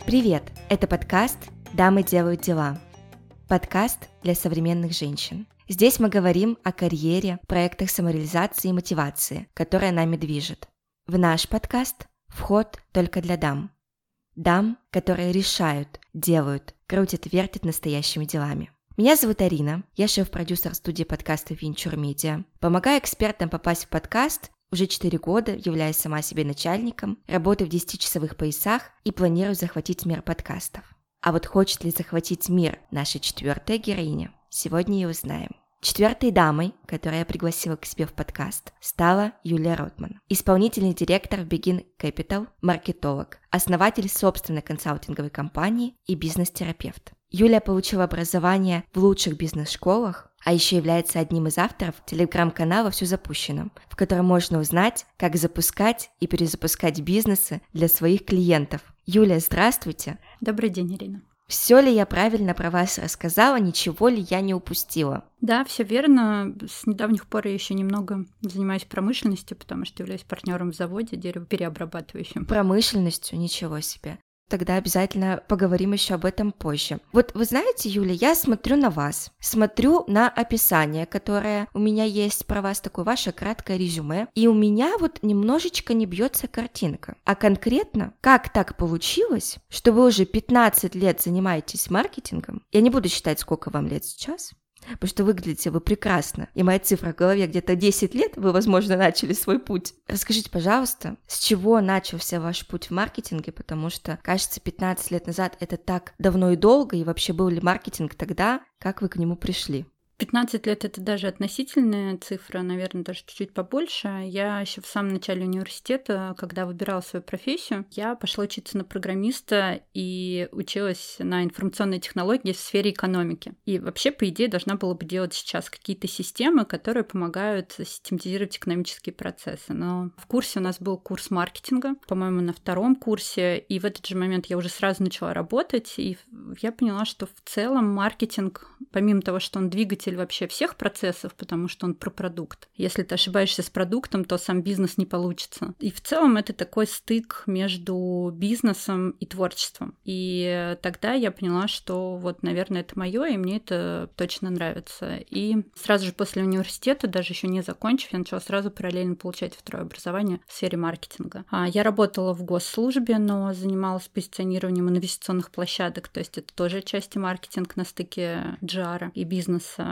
Привет! Это подкаст «Дамы делают дела». Подкаст для современных женщин. Здесь мы говорим о карьере, проектах самореализации и мотивации, которая нами движет. В наш подкаст вход только для дам. Дам, которые решают, делают, крутят и вертят настоящими делами. Меня зовут Арина, я шеф-продюсер студии подкаста Venture Media. Помогаю экспертам попасть в подкаст уже 4 года, являясь сама себе начальником, работаю в 10-часовых поясах и планирую захватить мир подкастов. А вот хочет ли захватить мир наша 4-я героиня, сегодня и узнаем. 4-й дамой, которую я пригласила к себе в подкаст, стала Юлия Ротман, исполнительный директор в Begin Capital, маркетолог, основатель собственной консалтинговой компании и бизнес-терапевт. Юлия получила образование в лучших бизнес-школах, а еще является одним из авторов телеграм-канала «Все запущено», в котором можно узнать, как запускать и перезапускать бизнесы для своих клиентов. Юлия, здравствуйте! Добрый день, Ирина. Все ли я правильно про вас рассказала, ничего ли я не упустила? Да, все верно. С недавних пор я еще немного занимаюсь промышленностью, потому что являюсь партнером в заводе деревопереобрабатывающем. Промышленностью? Ничего себе. Тогда обязательно поговорим еще об этом позже. Вот вы знаете, Юля, я смотрю на вас, смотрю на описание, которое у меня есть про вас, такое ваше краткое резюме, и у меня вот немножечко не бьется картинка. А конкретно, как так получилось, что вы уже 15 лет занимаетесь маркетингом? Я не буду считать, сколько вам лет сейчас, потому что выглядите вы прекрасно, и моя цифра в голове где-то 10 лет, вы, возможно, начали свой путь. Расскажите, пожалуйста, с чего начался ваш путь в маркетинге, потому что, кажется, 15 лет назад это так давно и долго, и вообще был ли маркетинг тогда, как вы к нему пришли? 15 лет — это даже относительная цифра, наверное, даже чуть-чуть побольше. Я еще в самом начале университета, когда выбирала свою профессию, я пошла учиться на программиста и училась на информационной технологии в сфере экономики. И вообще, по идее, должна была бы делать сейчас какие-то системы, которые помогают систематизировать экономические процессы. Но в курсе у нас был курс маркетинга, по-моему, на 2-м курсе, и в этот же момент я уже сразу начала работать, и я поняла, что в целом маркетинг, помимо того, что он двигатель вообще всех процессов, потому что он про продукт. Если ты ошибаешься с продуктом, то сам бизнес не получится. И в целом это такой стык между бизнесом и творчеством. И тогда я поняла, что вот, наверное, это моё, и мне это точно нравится. И сразу же после университета, даже еще не закончив, я начала сразу параллельно получать 2-е образование в сфере маркетинга. Я работала в госслужбе, но занималась позиционированием инвестиционных площадок, то есть это тоже части маркетинга на стыке GR и бизнеса.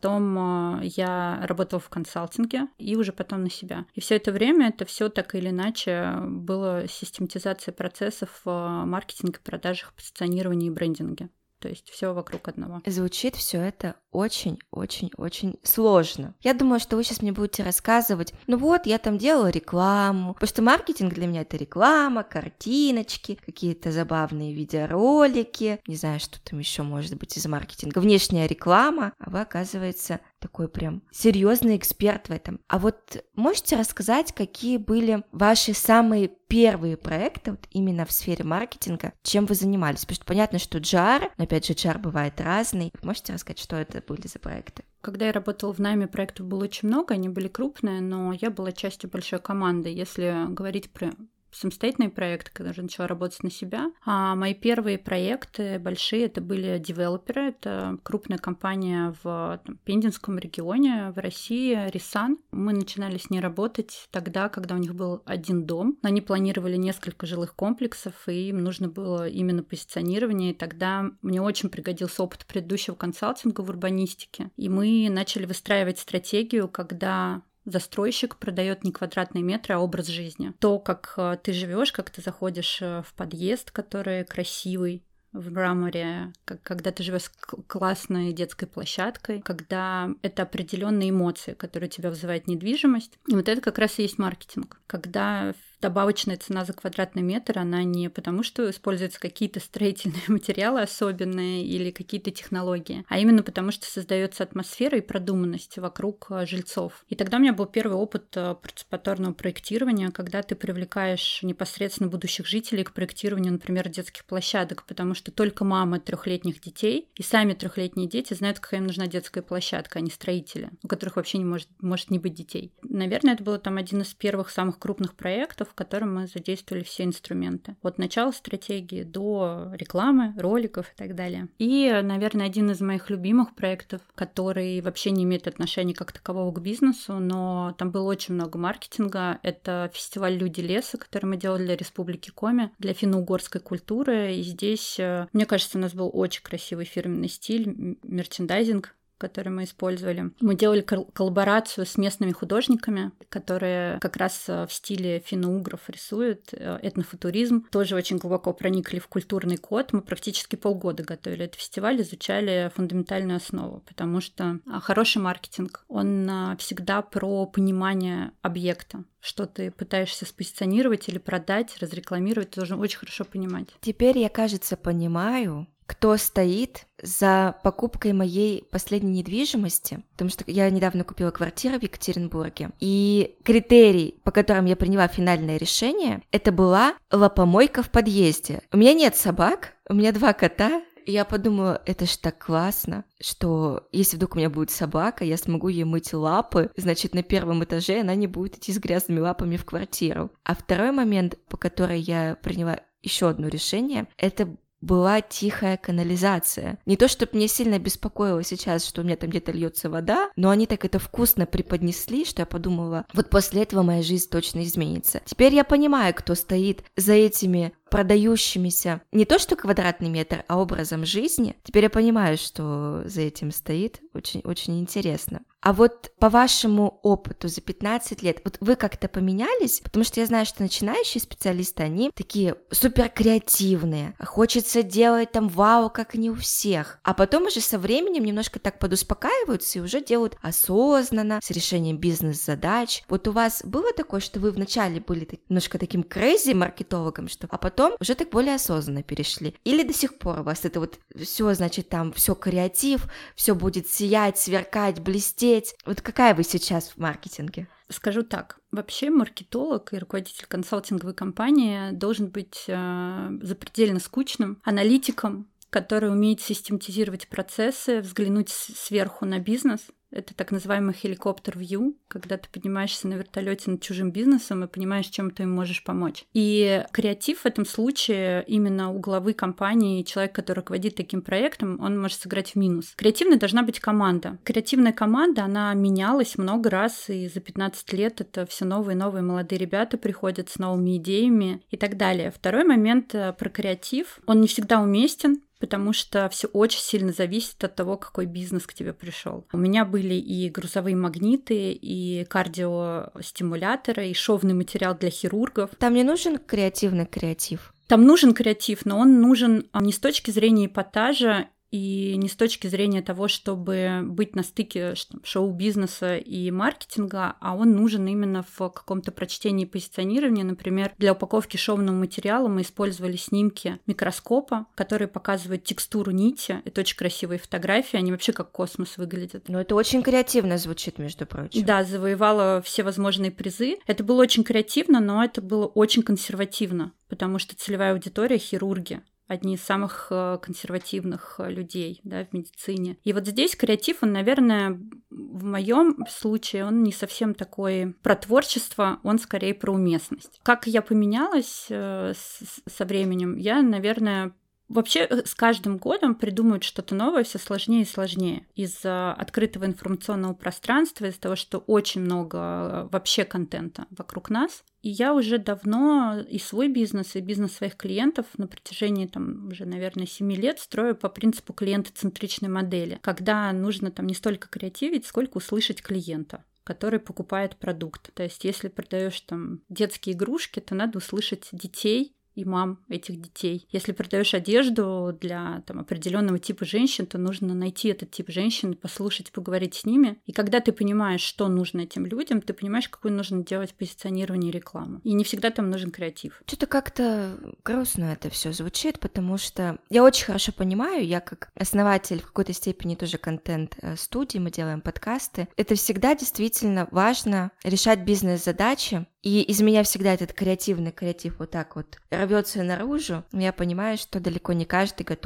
Потом я работала в консалтинге и уже потом на себя. И все это время это все так или иначе было систематизация процессов в маркетинге, продажах, позиционировании и брендинге. То есть все вокруг одного. Звучит все это очень сложно. Я думаю, что вы сейчас мне будете рассказывать, ну вот, я там делала рекламу, потому что маркетинг для меня это реклама, картиночки, какие-то забавные видеоролики, не знаю, что там еще может быть из маркетинга, внешняя реклама, а вы, оказывается, такой прям серьезный эксперт в этом. А вот можете рассказать, какие были ваши самые первые проекты вот именно в сфере маркетинга, чем вы занимались? Потому что понятно, что GR, но опять же GR бывает разный. Можете рассказать, что это были за проекты? Когда я работала в найме, проектов было очень много, они были крупные, но я была частью большой команды. Если говорить про самостоятельный проект, когда уже начала работать на себя. А мои первые проекты большие, это были девелоперы, это крупная компания в Пензенском регионе, в России, Рисан. Мы начинали с ней работать тогда, когда у них был один дом. Они планировали несколько жилых комплексов, и им нужно было именно позиционирование. И тогда мне очень пригодился опыт предыдущего консалтинга в урбанистике. И мы начали выстраивать стратегию, когда застройщик продает не квадратные метры, а образ жизни. То, как ты живешь, как ты заходишь в подъезд, который красивый, в мраморе, когда ты живешь с классной детской площадкой, когда это определенные эмоции, которые у тебя вызывает недвижимость. И вот это как раз и есть маркетинг. Когда добавочная цена за квадратный метр, она не потому, что используются какие-то строительные материалы особенные или какие-то технологии, а именно потому, что создается атмосфера и продуманность вокруг жильцов. И тогда у меня был первый опыт парticipаторного проектирования, когда ты привлекаешь непосредственно будущих жителей к проектированию, например, детских площадок, потому что только мамы 3-летних детей и сами 3-летние дети знают, какая им нужна детская площадка, а не строители, у которых вообще не может не быть детей. Наверное, это был там один из первых самых крупных проектов, в котором мы задействовали все инструменты. От начала стратегии до рекламы, роликов и так далее. И, наверное, один из моих любимых проектов, который вообще не имеет отношения как такового к бизнесу, но там было очень много маркетинга, это фестиваль «Люди леса», который мы делали для Республики Коми, для финно-угорской культуры. И здесь, мне кажется, у нас был очень красивый фирменный стиль, мерчендайзинг, который мы использовали. Мы делали коллаборацию с местными художниками, которые как раз в стиле финно-угров рисуют, этнофутуризм. Тоже очень глубоко проникли в культурный код. Мы практически полгода готовили этот фестиваль, изучали фундаментальную основу, потому что хороший маркетинг, он всегда про понимание объекта. Что ты пытаешься спозиционировать или продать, разрекламировать, ты должен очень хорошо понимать. Теперь я, кажется, понимаю, кто стоит за покупкой моей последней недвижимости, потому что я недавно купила квартиру в Екатеринбурге, и критерий, по которым я приняла финальное решение, это была лапомойка в подъезде. У меня нет собак, у меня 2 кота, и я подумала, это ж так классно, что если вдруг у меня будет собака, я смогу ей мыть лапы, значит, на 1 этаже она не будет идти с грязными лапами в квартиру. А второй момент, по которой я приняла еще одно решение, это была тихая канализация. Не то, чтобы мне сильно беспокоило сейчас, что у меня там где-то льется вода, но они так это вкусно преподнесли, что я подумала, вот после этого моя жизнь точно изменится. Теперь я понимаю, кто стоит за этими продающимися не то что квадратный метр, а образом жизни. Теперь я понимаю, что за этим стоит. Очень интересно. А вот по вашему опыту за 15 лет, вот вы как-то поменялись? Потому что я знаю, что начинающие специалисты, они такие супер креативные. Хочется делать там вау, как не у всех. А потом уже со временем немножко так подуспокаиваются и уже делают осознанно, с решением бизнес-задач. Вот у вас было такое, что вы вначале были немножко таким crazy маркетологом, что, а потом уже так более осознанно перешли? Или до сих пор у вас это вот все, значит, там все креатив, все будет сиять, сверкать, блестеть? Вот какая вы сейчас в маркетинге? Скажу так, вообще маркетолог и руководитель консалтинговой компании должен быть запредельно скучным аналитиком, который умеет систематизировать процессы, взглянуть сверху на бизнес. Это так называемый helicopter-view, когда ты поднимаешься на вертолете над чужим бизнесом и понимаешь, чем ты им можешь помочь. И креатив в этом случае именно у главы компании, человек, который руководит таким проектом, он может сыграть в минус. Креативной должна быть команда. Креативная команда, она менялась много раз, и за 15 лет это все новые и новые молодые ребята приходят с новыми идеями и так далее. Второй момент про креатив. Он не всегда уместен, потому что все очень сильно зависит от того, какой бизнес к тебе пришел. У меня были и грузовые магниты, и кардиостимуляторы, и шовный материал для хирургов. Там не нужен креативный креатив? Там нужен креатив, но он нужен не с точки зрения эпатажа и не с точки зрения того, чтобы быть на стыке шоу-бизнеса и маркетинга, а он нужен именно в каком-то прочтении и позиционировании. Например, для упаковки шовного материала мы использовали снимки микроскопа, которые показывают текстуру нити. Это очень красивые фотографии, они вообще как космос выглядят. Ну, это очень креативно звучит, между прочим. Да, завоевала все возможные призы. Это было очень креативно, но это было очень консервативно, потому что целевая аудитория — хирурги. Одни из самых консервативных людей, да, в медицине. И вот здесь креатив, он, наверное, в моем случае, он не совсем такой про творчество, он скорее про уместность. Как я поменялась со временем, я, наверное, вообще с каждым годом придумывать что-то новое все сложнее и сложнее. Из-за открытого информационного пространства, из-за того, что очень много вообще контента вокруг нас. И я уже давно и свой бизнес, и бизнес своих клиентов на протяжении там уже, наверное, 7 лет строю по принципу клиентоцентричной модели, когда нужно там не столько креативить, сколько услышать клиента, который покупает продукт. То есть если продаешь там детские игрушки, то надо услышать детей и мам этих детей. Если продаешь одежду для там определенного типа женщин, то нужно найти этот тип женщин, послушать, поговорить с ними. И когда ты понимаешь, что нужно этим людям, ты понимаешь, какую нужно делать позиционирование и рекламу. И не всегда там нужен креатив. Что-то как-то грустно это все звучит, потому что я очень хорошо понимаю, я как основатель в какой-то степени тоже контент-студии, мы делаем подкасты. Это всегда действительно важно решать бизнес-задачи, и из меня всегда этот креатив вот так вот рвется наружу. Я понимаю, что далеко не каждый готов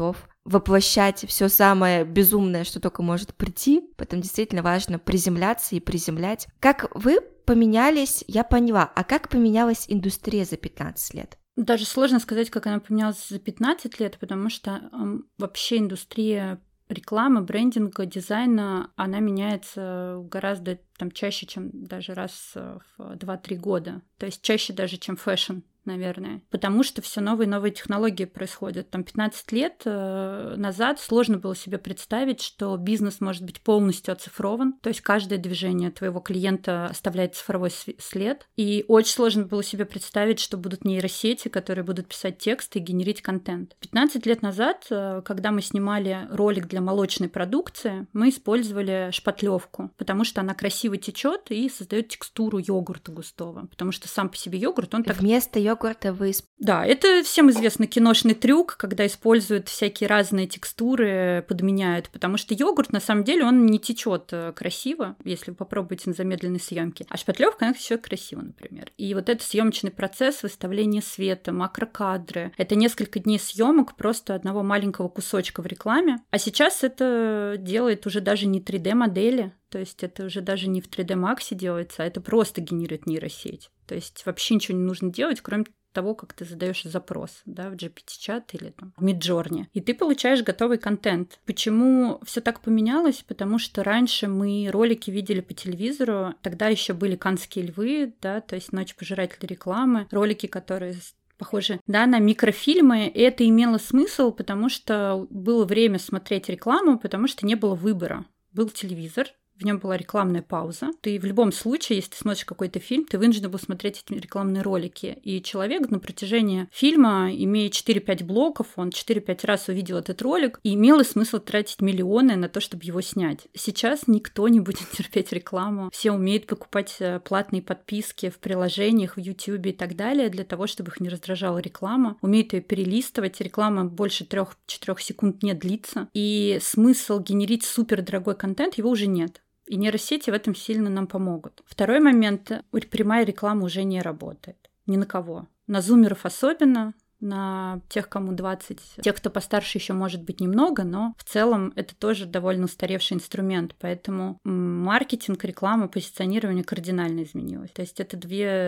воплощать все самое безумное, что только может прийти. Поэтому действительно важно приземляться и приземлять. Как вы поменялись, я поняла. А как поменялась индустрия за 15 лет? Даже сложно сказать, как она поменялась за 15 лет, потому что вообще индустрия рекламы, брендинга, дизайна, она меняется гораздо чаще, чем даже раз в 2-3 года. То есть чаще даже, чем фэшн, наверное. Потому что все новые и новые технологии происходят. 15 лет назад сложно было себе представить, что бизнес может быть полностью оцифрован. То есть каждое движение твоего клиента оставляет цифровой след. И очень сложно было себе представить, что будут нейросети, которые будут писать тексты и генерить контент. 15 лет назад, когда мы снимали ролик для молочной продукции, мы использовали шпатлевку, потому что она красиво течет и создает текстуру йогурта густого. Потому что сам по себе йогурт, он так... Вместо йогурта вы... Да, это всем известный киношный трюк, когда используют всякие разные текстуры, подменяют, потому что йогурт, на самом деле, он не течет красиво, если вы попробуете на замедленной съемке, а шпатлевка, она течет красиво, например. И вот этот съемочный процесс выставления света, макрокадры, это несколько дней съемок просто одного маленького кусочка в рекламе, а сейчас это делает уже даже не 3D-модели, то есть это уже даже не в 3D Max делается, а это просто генерирует нейросеть. То есть вообще ничего не нужно делать, кроме того, как ты задаешь запрос, да, в GPT-чат или в Midjourney. И ты получаешь готовый контент. Почему все так поменялось? Потому что раньше мы ролики видели по телевизору, тогда еще были «Каннские львы», да, то есть «Ночь пожирателей рекламы», ролики, которые похожи, да, на микрофильмы, и это имело смысл, потому что было время смотреть рекламу, потому что не было выбора. Был телевизор, в нем была рекламная пауза. Ты в любом случае, если ты смотришь какой-то фильм, ты вынужден был смотреть эти рекламные ролики. И человек на протяжении фильма, имея 4-5 блоков, он 4-5 раз увидел этот ролик, и имело смысл тратить миллионы на то, чтобы его снять. Сейчас никто не будет терпеть рекламу. Все умеют покупать платные подписки в приложениях, в YouTube и так далее, для того, чтобы их не раздражала реклама. Умеют ее перелистывать. Реклама больше 3-4 секунд не длится. И смысл генерить супердорогой контент, его уже нет. И нейросети в этом сильно нам помогут. Второй момент. Прямая реклама уже не работает. Ни на кого. На зумеров особенно, на тех, кому 20. Тех, кто постарше, еще может быть немного, но в целом это тоже довольно устаревший инструмент. Поэтому маркетинг, реклама, позиционирование кардинально изменилось. То есть это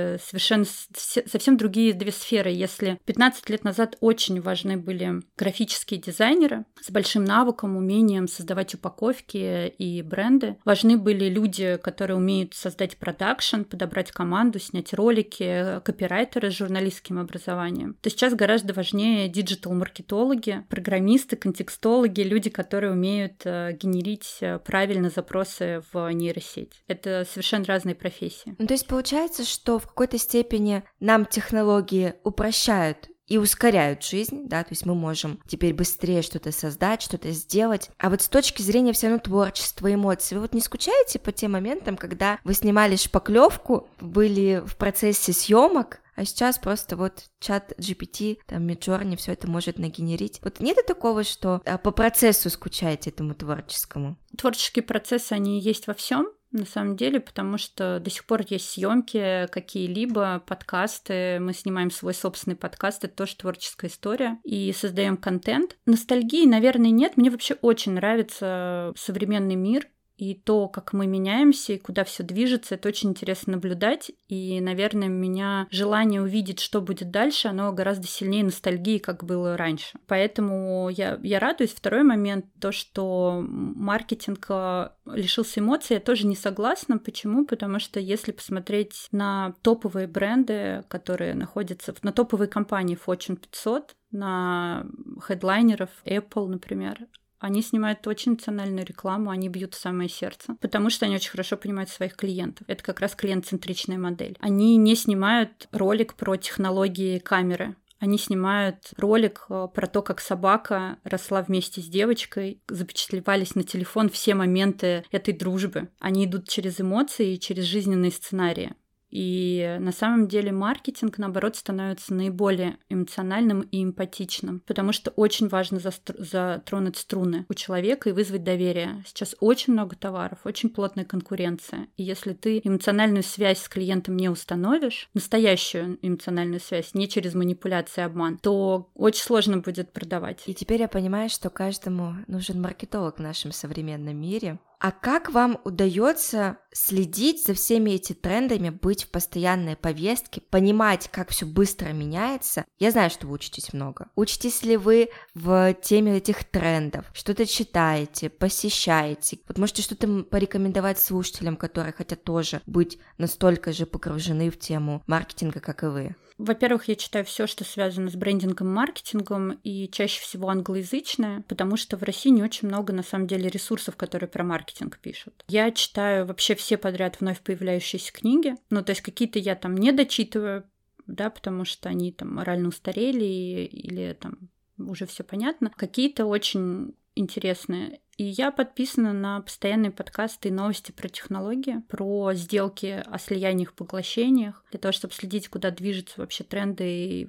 совсем другие две сферы. Если 15 лет назад очень важны были графические дизайнеры с большим навыком, умением создавать упаковки и бренды, важны были люди, которые умеют создать продакшн, подобрать команду, снять ролики, копирайтеры с журналистским образованием, то сейчас гораздо важнее диджитал-маркетологи, программисты, контекстологи, люди, которые умеют генерить правильно запросы в нейросеть. Это совершенно разные профессии. То есть получается, что в какой-то степени нам технологии упрощают и ускоряют жизнь, да, то есть мы можем теперь быстрее что-то создать, что-то сделать. А вот с точки зрения все равно творчества, эмоций, вы вот не скучаете по тем моментам, когда вы снимали шпаклевку, были в процессе съемок, а сейчас просто вот чат GPT, Midjourney, все это может нагенерить. Вот нет такого, что по процессу скучаете этому творческому? Творческие процессы, они есть во всем. На самом деле, потому что до сих пор есть съемки какие-либо, подкасты, мы снимаем свой собственный подкаст, это тоже творческая история, и создаем контент. Ностальгии, наверное, нет. Мне вообще очень нравится современный мир, и то, как мы меняемся, и куда все движется, это очень интересно наблюдать. И, наверное, у меня желание увидеть, что будет дальше, оно гораздо сильнее ностальгии, как было раньше. Поэтому я радуюсь. Второй момент, то, что маркетинг лишился эмоций, я тоже не согласна. Почему? Потому что если посмотреть на топовые бренды, которые находятся, на топовые компании Fortune 500, на хедлайнеров Apple, например, они снимают очень национальную рекламу, они бьют в самое сердце, потому что они очень хорошо понимают своих клиентов. Это как раз клиент-центричная модель. Они не снимают ролик про технологии камеры. Они снимают ролик про то, как собака росла вместе с девочкой, запечатлевались на телефон все моменты этой дружбы. Они идут через эмоции и через жизненные сценарии. И на самом деле маркетинг, наоборот, становится наиболее эмоциональным и эмпатичным, потому что очень важно затронуть струны у человека и вызвать доверие. Сейчас очень много товаров, очень плотная конкуренция. И если ты эмоциональную связь с клиентом не установишь, настоящую эмоциональную связь, не через манипуляции и обман, то очень сложно будет продавать. И теперь я понимаю, что каждому нужен маркетолог в нашем современном мире. А как вам удается следить за всеми этими трендами, быть в постоянной повестке, понимать, как все быстро меняется? Я знаю, что вы учитесь много. Учитесь ли вы в теме этих трендов? Что-то читаете, посещаете? Вот можете что-то порекомендовать слушателям, которые хотят тоже быть настолько же погружены в тему маркетинга, как и вы? Во-первых, я читаю все, что связано с брендингом, маркетингом, и чаще всего англоязычное, потому что в России не очень много, на самом деле, ресурсов, которые про маркетинг пишут. Я читаю вообще все подряд вновь появляющиеся книги, то есть какие-то я там не дочитываю, да, потому что они там морально устарели или там уже все понятно. Какие-то очень интересные. И я подписана на постоянные подкасты и новости про технологии, про сделки о слияниях, поглощениях, для того, чтобы следить, куда движутся вообще тренды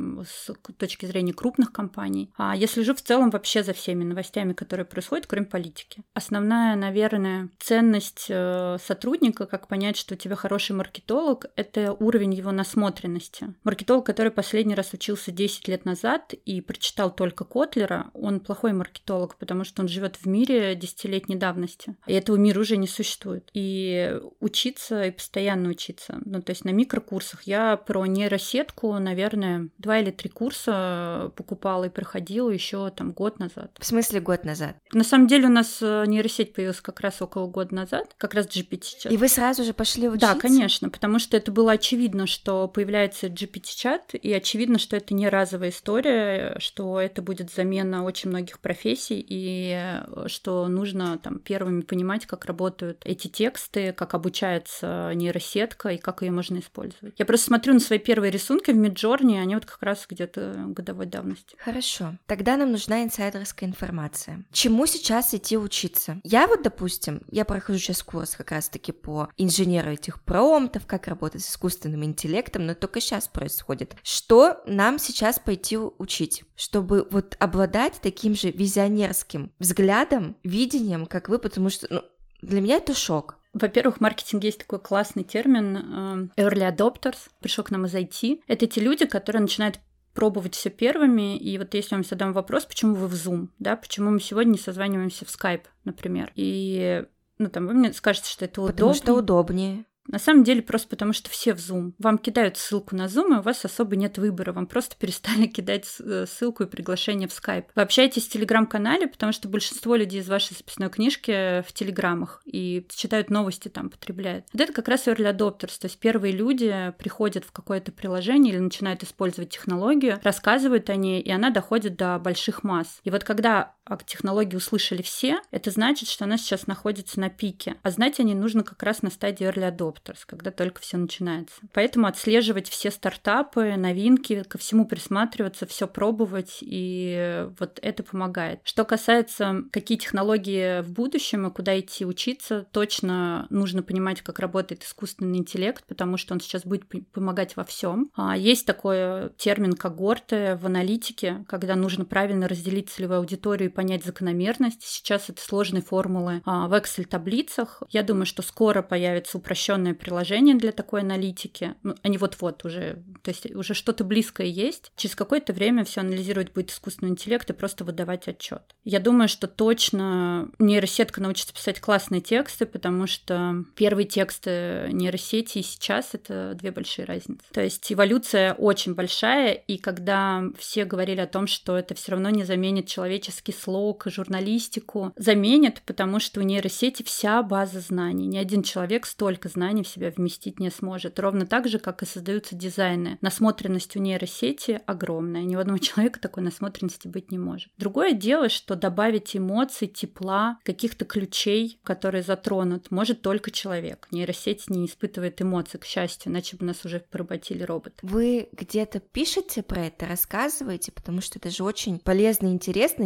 с точки зрения крупных компаний. А я слежу в целом вообще за всеми новостями, которые происходят, кроме политики. Основная, наверное, ценность сотрудника, как понять, что у тебя хороший маркетолог, это уровень его насмотренности. Маркетолог, который последний раз учился 10 лет назад и прочитал только Котлера, он плохой маркетолог, потому что он живет в мире десятилетней давности. И этого мира уже не существует. И учиться, и постоянно учиться. То есть на микрокурсах я про нейросетку, наверное, 2 или 3 курса покупала и проходила еще там год назад. В смысле год назад? На самом деле у нас нейросеть появилась как раз около года назад, как раз GPT-чат. И вы сразу же пошли учиться? Да, конечно, потому что это было очевидно, что появляется GPT-чат, и очевидно, что это не разовая история, что это будет замена очень многих профессий, и что нужно там первыми понимать, как работают эти тексты, как обучается нейросетка и как ее можно использовать. Я просто смотрю на свои первые рисунки в Midjourney, они вот как раз где-то годовой давности. Хорошо. Тогда нам нужна инсайдерская информация. Чему сейчас идти учиться? Я вот, допустим, я прохожу сейчас курс как раз-таки по инженеру этих промптов, как работать с искусственным интеллектом, но только сейчас происходит. Что нам сейчас пойти учить, чтобы вот обладать таким же визионерским взглядом, видением, как вы, потому что для меня это шок. Во-первых, в маркетинге есть такой классный термин early adopters, пришел к нам из IT. Это те люди, которые начинают пробовать все первыми. И вот если я вам задам вопрос, почему вы в Zoom, да, почему мы сегодня не созваниваемся в Skype, например, и вы мне скажете, что это удобно. Потому что удобнее. На самом деле просто потому, что все в Zoom. Вам кидают ссылку на Zoom, и у вас особо нет выбора. Вам просто перестали кидать ссылку и приглашение в Skype. Вы общаетесь в Телеграм-канале, потому что большинство людей из вашей записной книжки в Телеграмах и читают новости там, потребляют. Вот это как раз early adopters, то есть первые люди приходят в какое-то приложение или начинают использовать технологию, рассказывают о ней, и она доходит до больших масс. И вот когда о технологии услышали все, это значит, что она сейчас находится на пике. А знать о ней нужно как раз на стадии early adopters, когда только все начинается. Поэтому отслеживать все стартапы, новинки, ко всему присматриваться, все пробовать, и вот это помогает. Что касается, какие технологии в будущем и куда идти учиться, точно нужно понимать, как работает искусственный интеллект, потому что он сейчас будет помогать во всем. Есть такой термин когорты в аналитике, когда нужно правильно разделить целевую аудиторию и понять закономерность. Сейчас это сложные формулы в Excel-таблицах. Я думаю, что скоро появится упрощенное приложение для такой аналитики. Они вот-вот уже, то есть уже что-то близкое есть. Через какое-то время все анализировать будет искусственный интеллект и просто выдавать отчет. Я думаю, что точно нейросетка научится писать классные тексты, потому что первые тексты нейросети и сейчас — это 2 большие разницы. То есть эволюция очень большая, и когда все говорили о том, что это все равно не заменит человеческий слог, журналистику, заменит, потому что у нейросети вся база знаний. Ни один человек столько знаний в себя вместить не сможет. Ровно так же, как и создаются дизайны. Насмотренность у нейросети огромная. Ни у одного человека такой насмотренности быть не может. Другое дело, что добавить эмоций, тепла, каких-то ключей, которые затронут, может только человек. Нейросеть не испытывает эмоций, к счастью, иначе бы нас уже поработили роботы. Вы где-то пишете про это, рассказываете, потому что это же очень полезно и интересно. Мне кажется,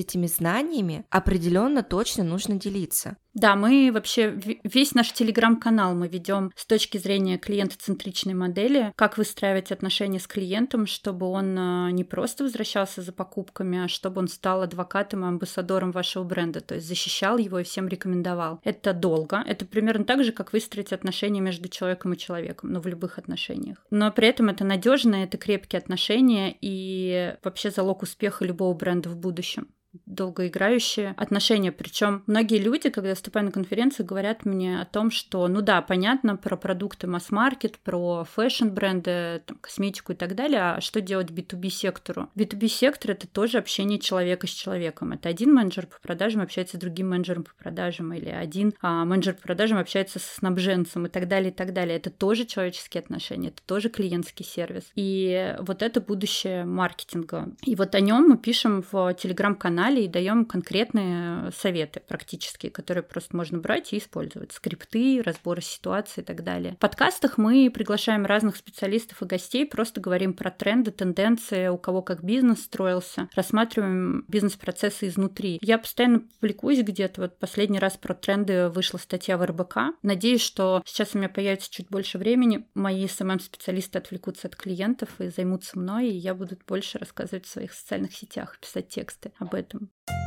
этими знаниями определенно точно нужно делиться. Да, мы вообще весь наш телеграм-канал мы ведем с точки зрения клиентоцентричной модели, как выстраивать отношения с клиентом, чтобы он не просто возвращался за покупками, а чтобы он стал адвокатом и амбассадором вашего бренда, то есть защищал его и всем рекомендовал. Это долго, это примерно так же, как выстроить отношения между человеком и человеком, в любых отношениях. Но при этом это надежные, это крепкие отношения и вообще залог успеха любого бренда в будущем. Долгоиграющие отношения. Причем многие люди, когда я выступаю на конференции, говорят мне о том, что, понятно, про продукты масс-маркет, про фэшн-бренды, косметику и так далее, а что делать B2B-сектору? B2B-сектор — это тоже общение человека с человеком. Это один менеджер по продажам общается с другим менеджером по продажам, или один менеджер по продажам общается со снабженцем и так далее, и так далее. Это тоже человеческие отношения, это тоже клиентский сервис. И вот это будущее маркетинга. И вот о нем мы пишем в телеграм-канале и даем конкретные советы практические, которые просто можно брать и использовать. Скрипты, разборы ситуации и так далее. В подкастах мы приглашаем разных специалистов и гостей, просто говорим про тренды, тенденции, у кого как бизнес строился, рассматриваем бизнес-процессы изнутри. Я постоянно публикуюсь где-то. Вот последний раз про тренды вышла статья в РБК. Надеюсь, что сейчас у меня появится чуть больше времени. Мои SMM-специалисты отвлекутся от клиентов и займутся мной, и я буду больше рассказывать в своих социальных сетях, писать тексты об этом.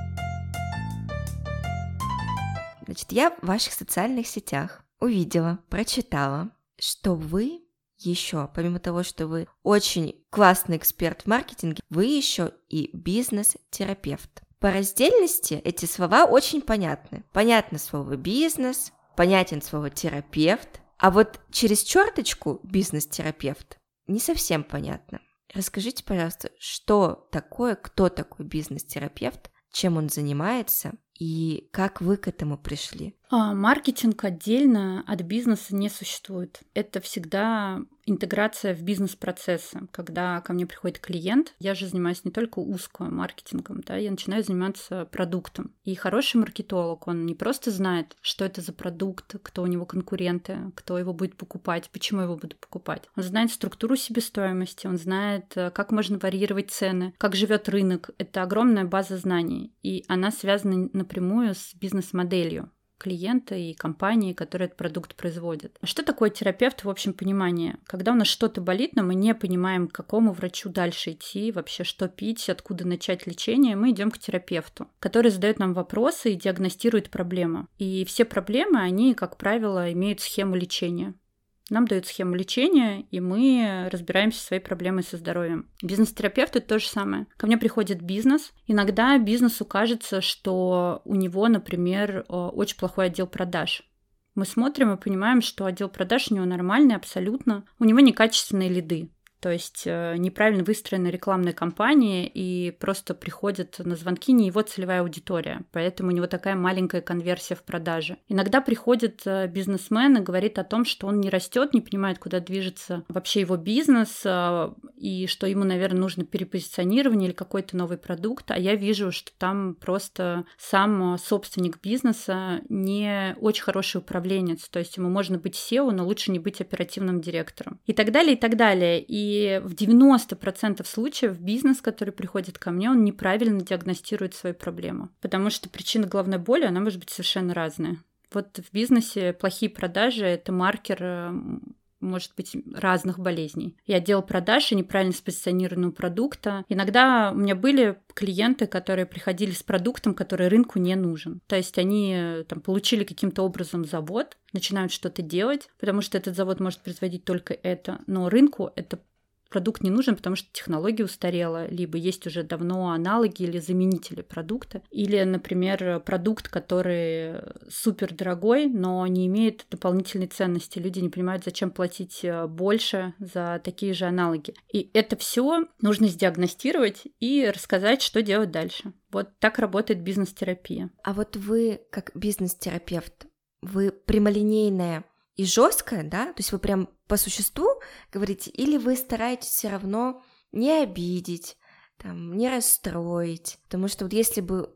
Значит, я в ваших социальных сетях увидела, прочитала, что вы еще, помимо того, что вы очень классный эксперт в маркетинге, вы еще и бизнес-терапевт. По раздельности эти слова очень понятны. Понятно слово «бизнес», понятен слово «терапевт», а вот через черточку «бизнес-терапевт» не совсем понятно. Расскажите, пожалуйста, что такое, кто такой бизнес-терапевт, чем он занимается и как вы к этому пришли? Маркетинг отдельно от бизнеса не существует. Это всегда интеграция в бизнес-процессы. Когда ко мне приходит клиент, я же занимаюсь не только узко маркетингом, я начинаю заниматься продуктом. И хороший маркетолог, он не просто знает, что это за продукт, кто у него конкуренты, кто его будет покупать, почему его будут покупать. Он знает структуру себестоимости, он знает, как можно варьировать цены, как живет рынок. Это огромная база знаний, и она связана напрямую с бизнес-моделью клиента и компании, которые этот продукт производят. Что такое терапевт в общем понимании? Когда у нас что-то болит, но мы не понимаем, к какому врачу дальше идти, вообще что пить, откуда начать лечение, мы идем к терапевту, который задает нам вопросы и диагностирует проблему. И все проблемы, они, как правило, имеют схему лечения. Нам дают схему лечения, и мы разбираемся со своей проблемой со здоровьем. Бизнес-терапевт — это то же самое. Ко мне приходит бизнес. Иногда бизнесу кажется, что у него, например, очень плохой отдел продаж. Мы смотрим и понимаем, что отдел продаж у него нормальный абсолютно. У него некачественные лиды. То есть неправильно выстроена рекламная кампания, и просто приходит на звонки не его целевая аудитория, поэтому у него такая маленькая конверсия в продаже. Иногда приходит бизнесмен и говорит о том, что он не растет, не понимает, куда движется вообще его бизнес, и что ему, наверное, нужно перепозиционирование или какой-то новый продукт, а я вижу, что там просто сам собственник бизнеса не очень хороший управленец, то есть ему можно быть SEO, но лучше не быть оперативным директором. И так далее, и так далее. И в 90% случаев бизнес, который приходит ко мне, он неправильно диагностирует свою проблему, потому что причина головной боли, она может быть совершенно разная. Вот в бизнесе плохие продажи — это маркер, может быть, разных болезней. И отдел продаж, и неправильно спозиционированного продукта. Иногда у меня были клиенты, которые приходили с продуктом, который рынку не нужен. То есть они получили каким-то образом завод, начинают что-то делать, потому что этот завод может производить только это, но рынку это продукт не нужен, потому что технология устарела, либо есть уже давно аналоги или заменители продукта, или, например, продукт, который супер дорогой, но не имеет дополнительной ценности. Люди не понимают, зачем платить больше за такие же аналоги. И это все нужно сдиагностировать и рассказать, что делать дальше. Вот так работает бизнес-терапия. А вот вы, как бизнес-терапевт, вы прямолинейная и жесткая, да? То есть вы прям по существу говорите, или вы стараетесь все равно не обидеть, не расстроить? Потому что вот если бы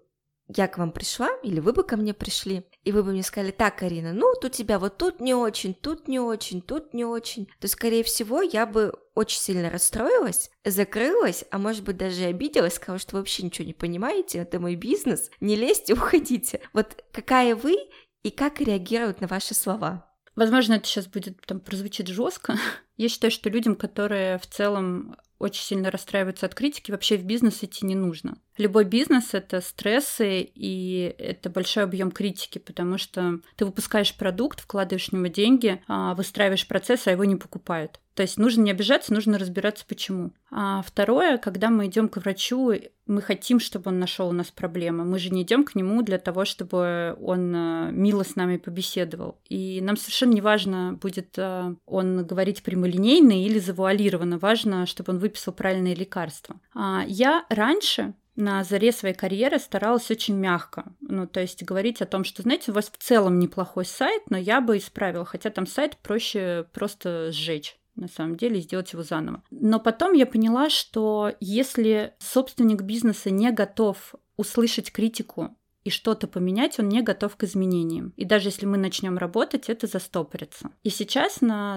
я к вам пришла, или вы бы ко мне пришли, и вы бы мне сказали: так, Карина, тут у тебя вот тут не очень, тут не очень, тут не очень, то, скорее всего, я бы очень сильно расстроилась, закрылась, а может быть даже обиделась, сказала, что вы вообще ничего не понимаете, это мой бизнес, не лезьте, уходите. Вот какая вы и как реагируют на ваши слова? Возможно, это сейчас будет прозвучит жестко. Я считаю, что людям, которые в целом очень сильно расстраиваются от критики, вообще в бизнес идти не нужно. Любой бизнес — это стрессы и это большой объем критики, потому что ты выпускаешь продукт, вкладываешь в него деньги, выстраиваешь процесс, а его не покупают. То есть нужно не обижаться, нужно разбираться, почему. А второе, когда мы идем к врачу, мы хотим, чтобы он нашел у нас проблемы. Мы же не идем к нему для того, чтобы он мило с нами побеседовал. И нам совершенно не важно, будет он говорить прямолинейно или завуалированно. Важно, чтобы он выписал правильные лекарства. Я раньше на заре своей карьеры старалась очень мягко. То есть говорить о том, что, знаете, у вас в целом неплохой сайт, но я бы исправила. Хотя там сайт проще просто сжечь, на самом деле, и сделать его заново. Но потом я поняла, что если собственник бизнеса не готов услышать критику и что-то поменять, он не готов к изменениям. И даже если мы начнем работать, это застопорится. И сейчас на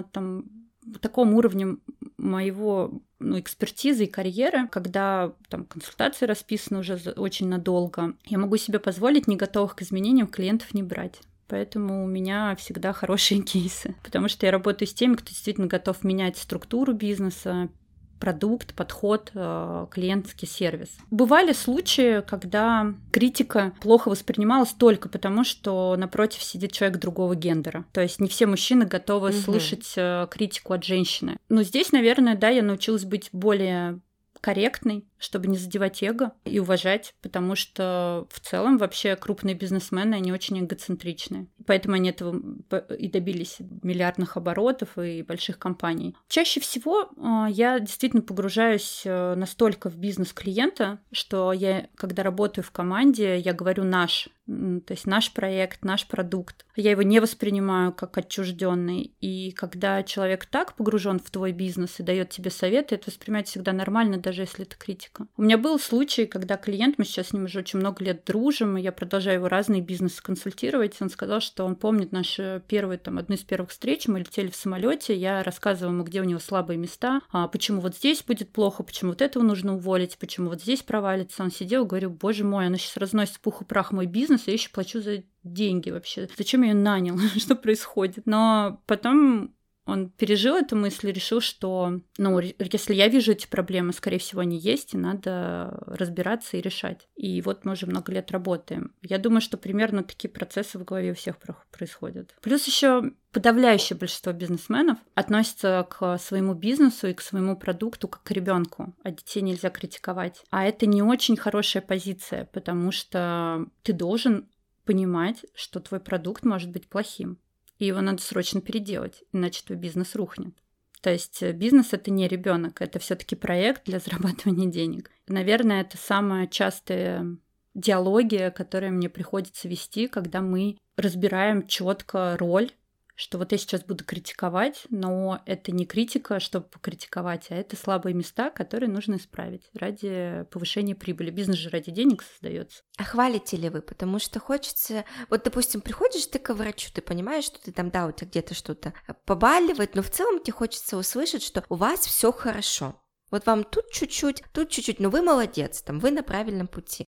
таком уровне моего экспертизы и карьеры, когда консультации расписаны уже очень надолго, я могу себе позволить не готовых к изменениям клиентов не брать. Поэтому у меня всегда хорошие кейсы, потому что я работаю с теми, кто действительно готов менять структуру бизнеса, продукт, подход, клиентский сервис. Бывали случаи, когда критика плохо воспринималась только потому, что напротив сидит человек другого гендера. То есть не все мужчины готовы слышать критику от женщины. Но здесь, наверное, я научилась быть более корректной, чтобы не задевать эго и уважать, потому что в целом вообще крупные бизнесмены, они очень эгоцентричные. Поэтому они этого и добились миллиардных оборотов и больших компаний. Чаще всего я действительно погружаюсь настолько в бизнес клиента, что я, когда работаю в команде, я говорю «наш», то есть наш проект, наш продукт. Я его не воспринимаю как отчужденный. И когда человек так погружен в твой бизнес и дает тебе советы, это воспринимать всегда нормально, даже если это критика. У меня был случай, когда клиент, мы сейчас с ним уже очень много лет дружим, и я продолжаю его разные бизнесы консультировать. Он сказал, что он помнит нашу первую, одну из первых встреч. Мы летели в самолете, я рассказывала ему, где у него слабые места, почему вот здесь будет плохо, почему вот этого нужно уволить, почему вот здесь провалится. Он сидел и говорил: боже мой, она сейчас разносит в пух и прах мой бизнес, я еще плачу за деньги вообще. Зачем я ее нанял? Что происходит? Но потом он пережил эту мысль и решил, что, если я вижу эти проблемы, скорее всего, они есть, и надо разбираться и решать. И вот мы уже много лет работаем. Я думаю, что примерно такие процессы в голове у всех происходят. Плюс еще подавляющее большинство бизнесменов относятся к своему бизнесу и к своему продукту как к ребенку, а детей нельзя критиковать. А это не очень хорошая позиция, потому что ты должен понимать, что твой продукт может быть плохим, и его надо срочно переделать, иначе твой бизнес рухнет. То есть бизнес — это не ребенок, это все-таки проект для зарабатывания денег. Наверное, это самая частая диалогия, которую мне приходится вести, когда мы разбираем четко роль, что вот я сейчас буду критиковать, но это не критика, чтобы покритиковать, а это слабые места, которые нужно исправить ради повышения прибыли. Бизнес же ради денег создается. А хвалите ли вы? Потому что хочется... Вот, допустим, приходишь ты к врачу, ты понимаешь, что ты у тебя где-то что-то побаливает, но в целом тебе хочется услышать, что у вас все хорошо. Вот вам тут чуть-чуть, но вы молодец, вы на правильном пути.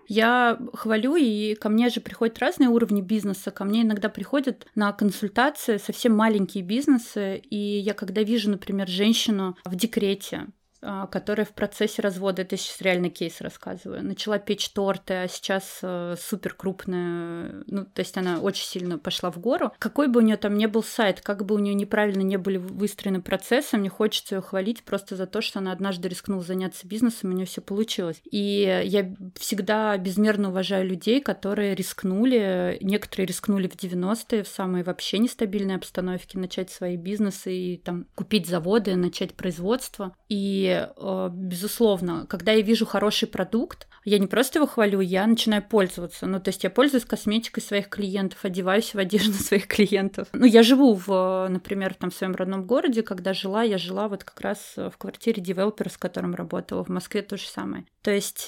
Я хвалю, и ко мне же приходят разные уровни бизнеса. Ко мне иногда приходят на консультации совсем маленькие бизнесы, и я когда вижу, например, женщину в декрете, которая в процессе развода, это сейчас реальный кейс рассказываю, начала печь торты, а сейчас супер крупная, то есть она очень сильно пошла в гору. Какой бы у нее там ни был сайт, как бы у нее неправильно не были выстроены процессы, мне хочется ее хвалить просто за то, что она однажды рискнула заняться бизнесом, и у нее все получилось. И я всегда безмерно уважаю людей, которые рискнули, некоторые рискнули в 90-е, в самой вообще нестабильной обстановке, начать свои бизнесы и купить заводы, начать производство. И И, безусловно, когда я вижу хороший продукт, я не просто его хвалю, я начинаю пользоваться. Ну, то есть я пользуюсь косметикой своих клиентов, одеваюсь в одежду своих клиентов. Ну, я живу, например, в своем родном городе. Когда я жила вот как раз в квартире девелопера, с которым работала. В Москве то же самое. То есть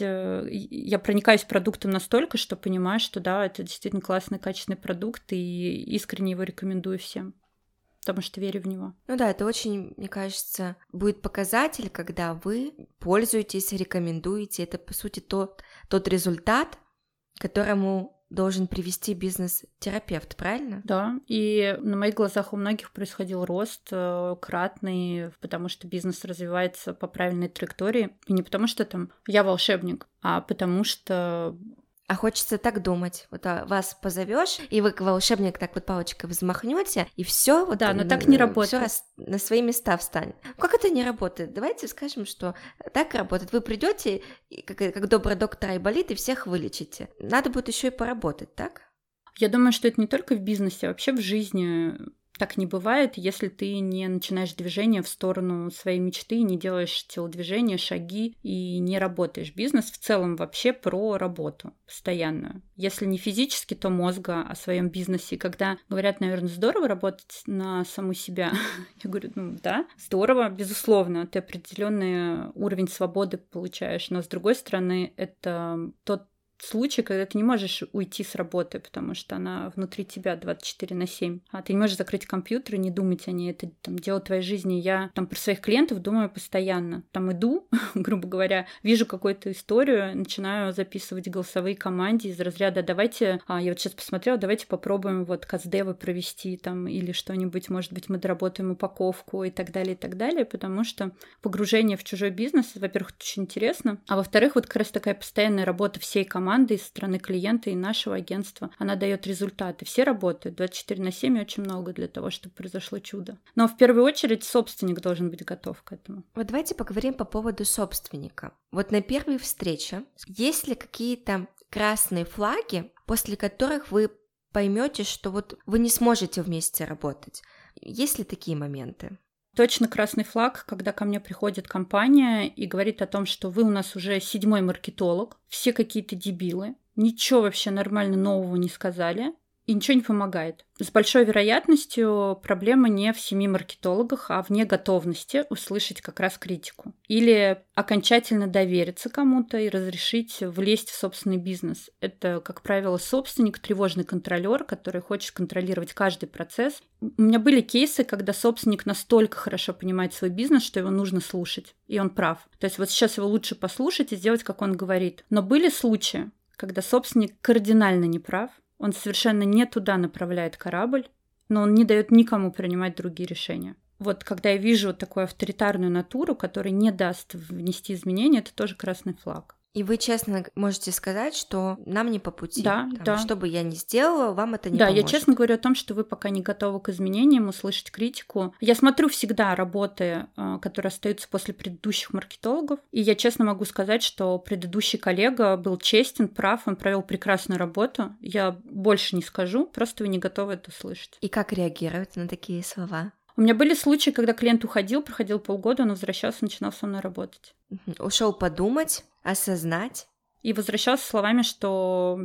я проникаюсь продуктом настолько, что понимаю, что да, это действительно классный, качественный продукт, и искренне его рекомендую всем, потому что верю в него. Ну да, это очень, мне кажется, будет показатель, когда вы пользуетесь, рекомендуете. Это, по сути, тот результат, к которому должен привести бизнес-терапевт, правильно? Да, и на моих глазах у многих происходил рост кратный, потому что бизнес развивается по правильной траектории. И не потому что я волшебник, а потому что... А хочется так думать. Вот вас позовешь, и вы, волшебник, так вот палочкой взмахнете, и все. Вот, да, но так не работает. Все на свои места встанет. Как это не работает? Давайте скажем, что так работает. Вы придете, как добрый доктор Айболит, и всех вылечите. Надо будет еще и поработать, так? Я думаю, что это не только в бизнесе, а вообще в жизни. Так не бывает, если ты не начинаешь движение в сторону своей мечты, не делаешь телодвижения, шаги и не работаешь. Бизнес в целом вообще про работу постоянную. Если не физически, то мозга о своем бизнесе. Когда говорят, наверное, здорово работать на саму себя, я говорю, да, здорово, безусловно, ты определенный уровень свободы получаешь, но с другой стороны, это тот случай, когда ты не можешь уйти с работы, потому что она внутри тебя 24/7. А ты не можешь закрыть компьютер и не думать о ней. Это дело твоей жизни. Я про своих клиентов думаю постоянно. Иду, грубо говоря, вижу какую-то историю, начинаю записывать голосовые команды из разряда «давайте», я вот сейчас посмотрела, давайте попробуем каздевы провести или что-нибудь, может быть, мы доработаем упаковку и так далее, потому что погружение в чужой бизнес, во-первых, это очень интересно, а во-вторых, как раз такая постоянная работа всей команды из стороны клиента и нашего агентства, она дает результаты. Все работают 24/7 и очень много для того, чтобы произошло чудо. Но в первую очередь собственник должен быть готов к этому. Вот давайте поговорим по поводу собственника. Вот на первой встрече есть ли какие-то красные флаги, после которых вы поймете, что вы не сможете вместе работать? Есть ли такие моменты? Точно красный флаг, когда ко мне приходит компания и говорит о том, что вы у нас уже 7-й маркетолог, все какие-то дебилы, ничего вообще нормально нового не сказали, и ничего не помогает. С большой вероятностью проблема не в 7 маркетологах, а в неготовности услышать как раз критику. Или окончательно довериться кому-то и разрешить влезть в собственный бизнес. Это, как правило, собственник, тревожный контролер, который хочет контролировать каждый процесс. У меня были кейсы, когда собственник настолько хорошо понимает свой бизнес, что его нужно слушать. И он прав. То есть сейчас его лучше послушать и сделать, как он говорит. Но были случаи, когда собственник кардинально не прав, он совершенно не туда направляет корабль, но он не дает никому принимать другие решения. Когда я вижу такую авторитарную натуру, которая не даст внести изменения, это тоже красный флаг. И вы честно можете сказать, что нам не по пути. Да. Что бы я ни сделала, вам это не поможет. Да, я честно говорю о том, что вы пока не готовы к изменениям, услышать критику. Я смотрю всегда работы, которые остаются после предыдущих маркетологов, и я честно могу сказать, что предыдущий коллега был честен, прав, он провел прекрасную работу. Я больше не скажу, просто вы не готовы это слышать. И как реагировать на такие слова? У меня были случаи, когда клиент уходил, проходил полгода, он возвращался, начинал со мной работать. Ушел подумать, осознать. И возвращался словами, что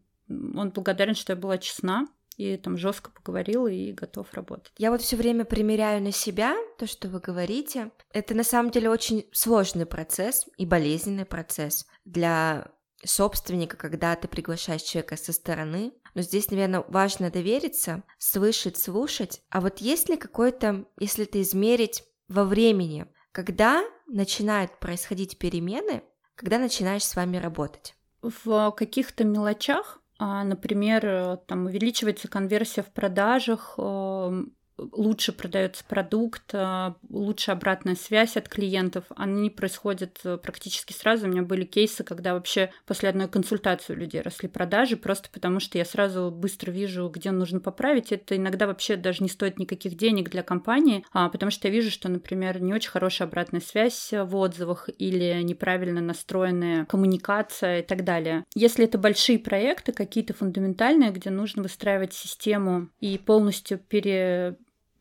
он благодарен, что я была честна, и жестко поговорила и готов работать. Я все время примеряю на себя то, что вы говорите. Это на самом деле очень сложный процесс и болезненный процесс для собственника, когда ты приглашаешь человека со стороны. Но здесь, наверное, важно довериться, слышать, слушать. А есть ли какой-то, если это измерить во времени, когда начинают происходить перемены, когда начинаешь с вами работать? В каких-то мелочах, например, увеличивается конверсия в продажах, лучше продается продукт, лучше обратная связь от клиентов. Они происходят практически сразу. У меня были кейсы, когда вообще после одной консультации у людей росли продажи, просто потому что я сразу быстро вижу, где нужно поправить. Это иногда вообще даже не стоит никаких денег для компании, потому что я вижу, что, например, не очень хорошая обратная связь в отзывах или неправильно настроенная коммуникация и так далее. Если это большие проекты, какие-то фундаментальные, где нужно выстраивать систему и полностью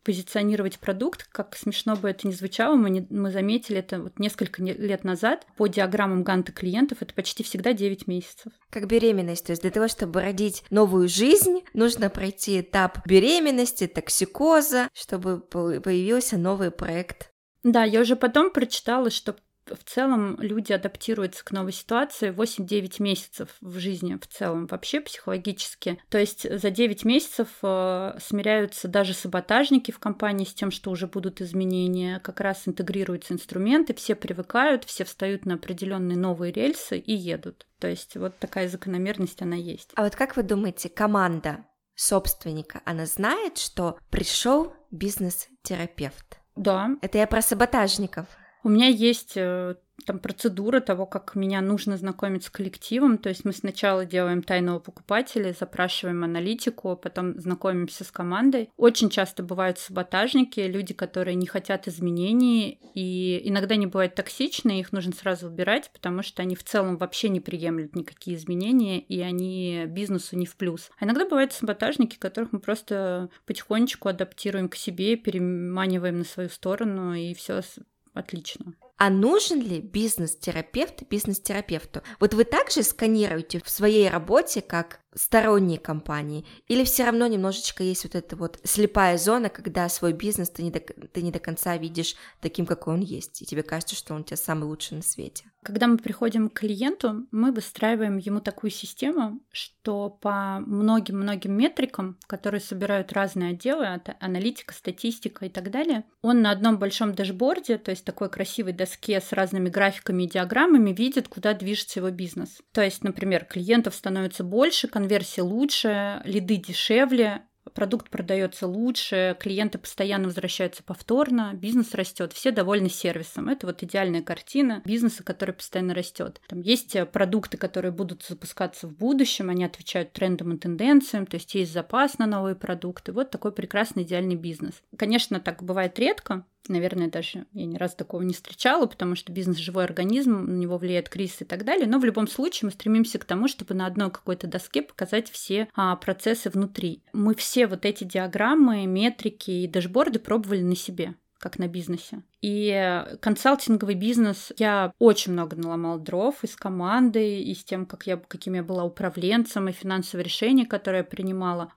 позиционировать продукт, как смешно бы это ни звучало, мы заметили это вот несколько лет назад по диаграммам Ганта клиентов, это почти всегда 9 месяцев. Как беременность, то есть для того, чтобы родить новую жизнь, нужно пройти этап беременности, токсикоза, чтобы появился новый проект. Да, я уже потом прочитала, что в целом люди адаптируются к новой ситуации 8-9 месяцев в жизни в целом, вообще психологически. То есть за 9 месяцев смиряются даже саботажники в компании с тем, что уже будут изменения, как раз интегрируются инструменты, все привыкают, все встают на определенные новые рельсы и едут. То есть вот такая закономерность, она есть. А вот как вы думаете, команда собственника, она знает, что пришел бизнес-терапевт? Да. Это я про саботажников. У меня есть там процедура того, как меня нужно знакомить с коллективом. То есть мы сначала делаем тайного покупателя, запрашиваем аналитику, потом знакомимся с командой. Очень часто бывают саботажники, люди, которые не хотят изменений, и иногда они бывают токсичны, их нужно сразу убирать, потому что они в целом вообще не приемлют никакие изменения, и они бизнесу не в плюс. А иногда бывают саботажники, которых мы просто потихонечку адаптируем к себе, переманиваем на свою сторону, и все отлично. А нужен ли бизнес-терапевт бизнес-терапевту? Вот вы также сканируете в своей работе как сторонние компании? Или все равно немножечко есть вот эта вот слепая зона, когда свой бизнес ты не до конца видишь таким, какой он есть, и тебе кажется, что он у тебя самый лучший на свете? Когда мы приходим к клиенту, мы выстраиваем ему такую систему, что по многим-многим метрикам, которые собирают разные отделы, аналитика, статистика и так далее, он на одном большом дашборде, то есть такой красивой доске с разными графиками и диаграммами, видит, куда движется его бизнес. То есть, например, клиентов становится больше, конверсия лучше, лиды дешевле, продукт продается лучше, клиенты постоянно возвращаются повторно, бизнес растет, все довольны сервисом. Это вот идеальная картина бизнеса, который постоянно растет. Там есть продукты, которые будут запускаться в будущем, они отвечают трендам и тенденциям, то есть есть запас на новые продукты. Вот такой прекрасный идеальный бизнес. Конечно, так бывает редко. Наверное, даже я ни разу такого не встречала, потому что бизнес – живой организм, на него влияет кризис и так далее. Но в любом случае мы стремимся к тому, чтобы на одной какой-то доске показать все процессы внутри. Мы все вот эти диаграммы, метрики и дашборды пробовали на себе, как на бизнесе. И консалтинговый бизнес, я очень много наломала дров и с командой, и с тем, каким я была управленцем, и финансовые решения, которые я принимала.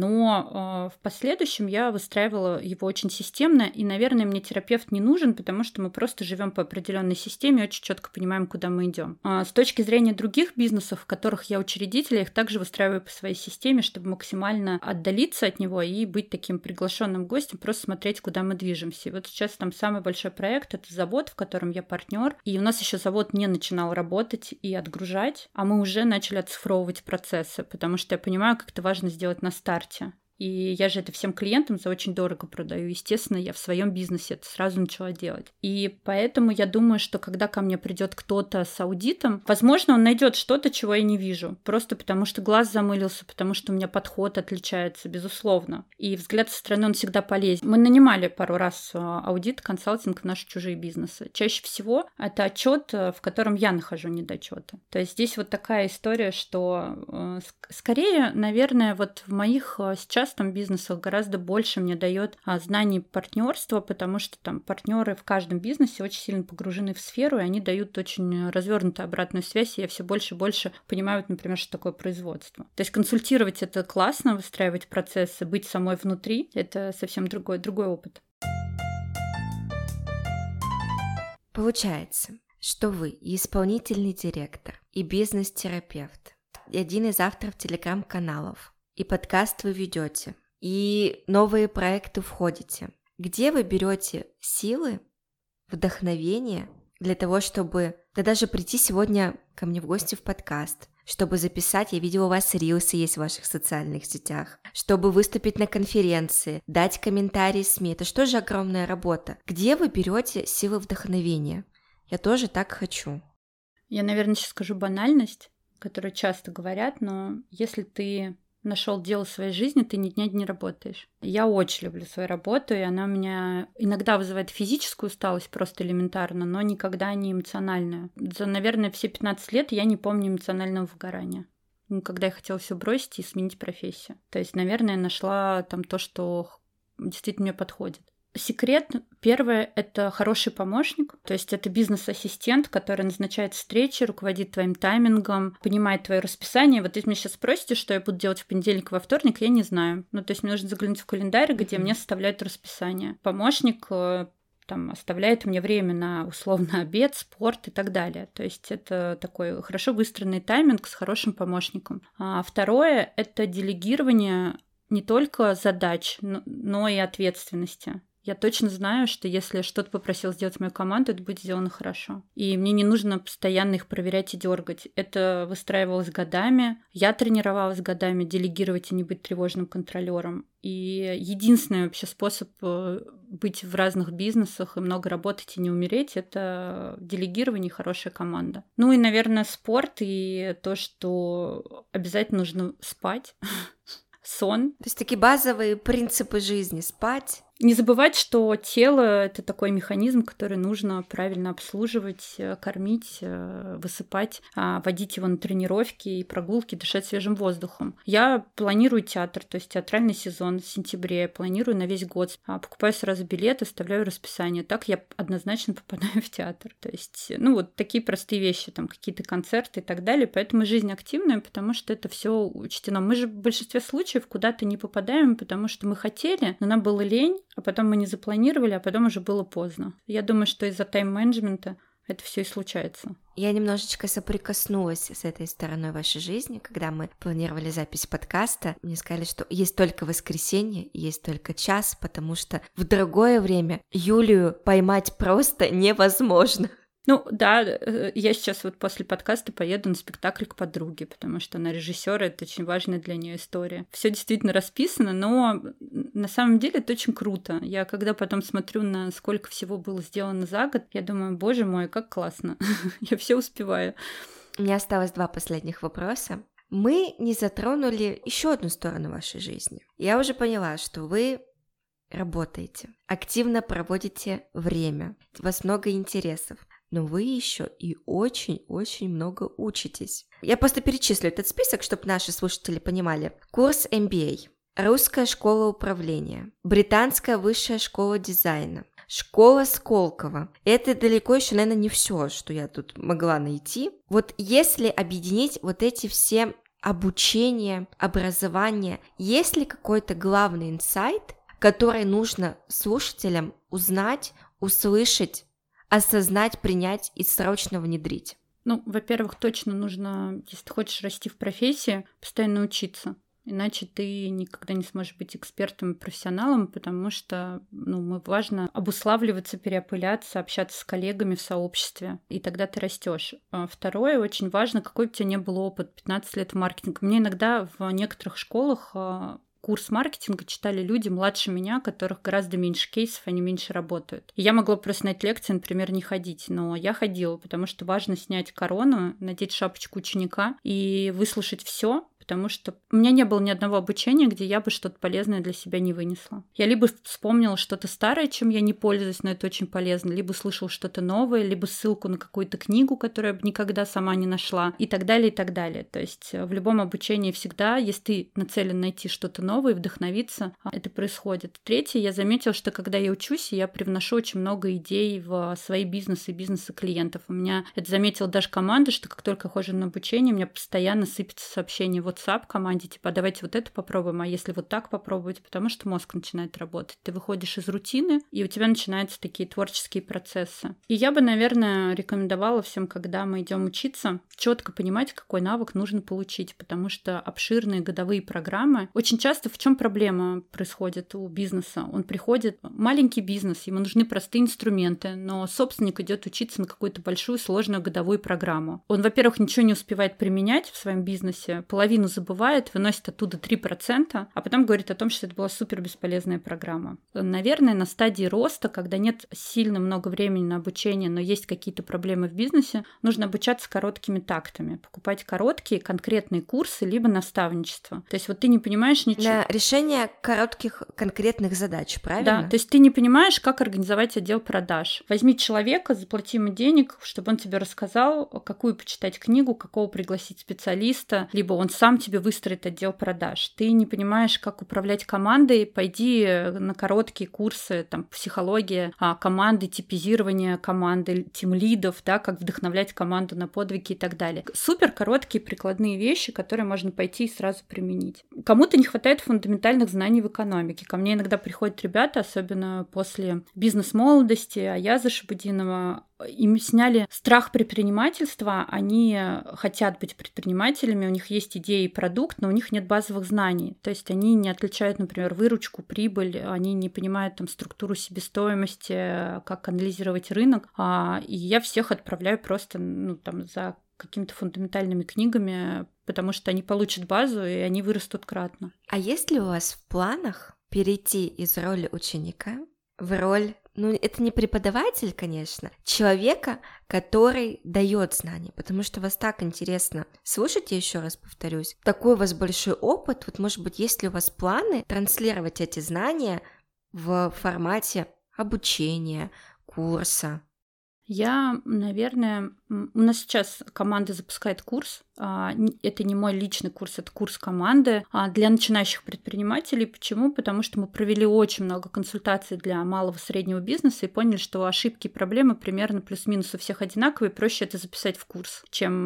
Но в последующем я выстраивала его очень системно, и, наверное, мне терапевт не нужен, потому что мы просто живем по определенной системе, очень четко понимаем, куда мы идем. С точки зрения других бизнесов, в которых я учредитель, я их также выстраиваю по своей системе, чтобы максимально отдалиться от него и быть таким приглашенным гостем, просто смотреть, куда мы движемся. И вот сейчас там самый большой проект — это завод, в котором я партнер, и у нас еще завод не начинал работать и отгружать, а мы уже начали оцифровывать процессы, потому что я понимаю, как это важно сделать на старте. И я же это всем клиентам за очень дорого продаю. Естественно, я в своем бизнесе это сразу начала делать. И поэтому я думаю, что когда ко мне придет кто-то с аудитом, возможно, он найдет что-то, чего я не вижу. Просто потому что глаз замылился, потому что у меня подход отличается, безусловно. И взгляд со стороны, он всегда полезен. Мы нанимали пару раз аудит, консалтинг в наши чужие бизнесы. Чаще всего это отчет, в котором я нахожу недочеты. То есть здесь вот такая история, что скорее, наверное, вот в моих сейчас там бизнесах гораздо больше мне дает знаний партнерства, потому что там партнеры в каждом бизнесе очень сильно погружены в сферу, и они дают очень развернутую обратную связь, и я все больше и больше понимаю, например, что такое производство. То есть консультировать — это классно, выстраивать процессы, быть самой внутри — это совсем другой опыт. Получается, что вы и исполнительный директор, и бизнес-терапевт, и один из авторов телеграм-каналов, и подкаст вы ведете, и новые проекты входите. Где вы берете силы, вдохновение для того, чтобы даже прийти сегодня ко мне в гости в подкаст, чтобы записать, я видела, у вас рилсы есть в ваших социальных сетях, чтобы выступить на конференции, дать комментарии СМИ. Это что же огромная работа. Где вы берете силы вдохновения? Я тоже так хочу. Я, наверное, сейчас скажу банальность, которую часто говорят, но если ты нашел дело своей жизни, ты ни дня не работаешь. Я очень люблю свою работу, и она у меня иногда вызывает физическую усталость просто элементарно, но никогда не эмоциональную. За, наверное, все 15 лет я не помню эмоционального выгорания. Когда я хотела все бросить и сменить профессию. То есть, наверное, я нашла там то, что действительно мне подходит. Секрет первое — это хороший помощник, то есть это бизнес-ассистент, который назначает встречи, руководит твоим таймингом, понимает твое расписание. Вот если меня сейчас спросите, что я буду делать в понедельник, во вторник, я не знаю. То есть мне нужно заглянуть в календарь, где мне составляют расписание. Помощник там оставляет мне время на условно обед, спорт и так далее. То есть это такой хорошо выстроенный тайминг с хорошим помощником. А второе — это делегирование не только задач, но и ответственности. Я точно знаю, что если я что-то попросил сделать мою команду, это будет сделано хорошо. И мне не нужно постоянно их проверять и дергать. Это выстраивалось годами. Я тренировалась годами делегировать и не быть тревожным контролером. И единственный вообще способ быть в разных бизнесах и много работать и не умереть — это делегирование и хорошая команда. И, наверное, спорт и то, что обязательно нужно спать. Сон. То есть такие базовые принципы жизни: спать. Не забывать, что тело — это такой механизм, который нужно правильно обслуживать, кормить, высыпать, водить его на тренировки и прогулки, дышать свежим воздухом. Я планирую театр, то есть театральный сезон в сентябре, планирую на весь год. Покупаю сразу билеты, оставляю расписание. Так я однозначно попадаю в театр. То есть, вот такие простые вещи, там какие-то концерты и так далее. Поэтому жизнь активная, потому что это все учтено. Мы же в большинстве случаев куда-то не попадаем, потому что мы хотели, но нам было лень, а потом мы не запланировали, а потом уже было поздно. Я думаю, что из-за тайм-менеджмента это все и случается. Я немножечко соприкоснулась с этой стороной вашей жизни, когда мы планировали запись подкаста. Мне сказали, что есть только воскресенье, есть только час, потому что в другое время Юлию поймать просто невозможно. Да, я сейчас вот после подкаста поеду на спектакль к подруге, потому что она режиссер, это очень важная для нее история. Все действительно расписано, но на самом деле это очень круто. Я когда потом смотрю на сколько всего было сделано за год, я думаю, боже мой, как классно, я все успеваю. У меня осталось 2 последних вопроса. Мы не затронули еще одну сторону вашей жизни. Я уже поняла, что вы работаете, активно проводите время, у вас много интересов. Но вы еще и очень-очень много учитесь. Я просто перечислю этот список, чтобы наши слушатели понимали. Курс MBA, Русская школа управления, Британская высшая школа дизайна, школа Сколково. Это далеко еще, наверное, не все, что я тут могла найти. Вот если объединить вот эти все обучения, образования, есть ли какой-то главный инсайт, который нужно слушателям узнать, услышать, осознать, принять и срочно внедрить? Во-первых, точно нужно, если ты хочешь расти в профессии, постоянно учиться. Иначе ты никогда не сможешь быть экспертом и профессионалом, потому что важно обуславливаться, переопыляться, общаться с коллегами в сообществе, и тогда ты растешь. Второе, очень важно, какой бы у тебя ни был опыт, 15 лет в маркетинге. Мне иногда в некоторых школах курс маркетинга читали люди младше меня, у которых гораздо меньше кейсов, они меньше работают. И я могла просто на эти лекции, например, не ходить, но я ходила, потому что важно снять корону, надеть шапочку ученика и выслушать все, потому что у меня не было ни одного обучения, где я бы что-то полезное для себя не вынесла. Я либо вспомнила что-то старое, чем я не пользуюсь, но это очень полезно, либо слышала что-то новое, либо ссылку на какую-то книгу, которую я бы никогда сама не нашла, и так далее, и так далее. То есть в любом обучении всегда, если ты нацелен найти что-то новое и вдохновиться, это происходит. Третье, я заметила, что когда я учусь, я привношу очень много идей в свои бизнесы и бизнесы клиентов. У меня это заметила даже команда, что как только я хожу на обучение, у меня постоянно сыпятся сообщения в WhatsApp команде, типа, давайте вот это попробуем, а если вот так попробовать, потому что мозг начинает работать. Ты выходишь из рутины, и у тебя начинаются такие творческие процессы. И я бы, наверное, рекомендовала всем, когда мы идем учиться, четко понимать, какой навык нужно получить, потому что обширные годовые программы, очень часто в чем проблема происходит у бизнеса? Он приходит, маленький бизнес, ему нужны простые инструменты, но собственник идет учиться на какую-то большую сложную годовую программу. Он, во-первых, ничего не успевает применять в своем бизнесе, половину забывает, выносит оттуда 3%, а потом говорит о том, что это была супер бесполезная программа. Наверное, на стадии роста, когда нет сильно много времени на обучение, но есть какие-то проблемы в бизнесе, нужно обучаться короткими тактами, покупать короткие конкретные курсы, либо наставничество. То есть вот ты не понимаешь ничего. Для решения коротких конкретных задач, правильно? Да, то есть ты не понимаешь, как организовать отдел продаж. Возьми человека, заплати ему денег, чтобы он тебе рассказал, какую почитать книгу, какого пригласить специалиста, либо он сам сам тебе выстроит отдел продаж. Ты не понимаешь, как управлять командой, пойди на короткие курсы, там, психология команды, типизирование команды, тимлидов, да, как вдохновлять команду на подвиги и так далее. Супер короткие прикладные вещи, которые можно пойти и сразу применить. Кому-то не хватает фундаментальных знаний в экономике. Ко мне иногда приходят ребята, особенно после бизнес-молодости, Аяза Шабудинова. Им сняли страх предпринимательства, они хотят быть предпринимателями, у них есть идеи и продукт, но у них нет базовых знаний. То есть они не отличают, например, выручку, прибыль, они не понимают там структуру себестоимости, как анализировать рынок. И я всех отправляю просто за какими-то фундаментальными книгами, потому что они получат базу, и они вырастут кратно. А есть ли у вас в планах перейти из роли ученика в роль, это не преподаватель, конечно, человека, который дает знания, потому что вас так интересно слушать, я еще раз повторюсь, такой у вас большой опыт, может быть, есть ли у вас планы транслировать эти знания в формате обучения, курса? Я, наверное, у нас сейчас команда запускает курс. Это не мой личный курс, это курс команды для начинающих предпринимателей. Почему? Потому что мы провели очень много консультаций для малого и среднего бизнеса и поняли, что ошибки и проблемы примерно плюс-минус у всех одинаковые. Проще это записать в курс,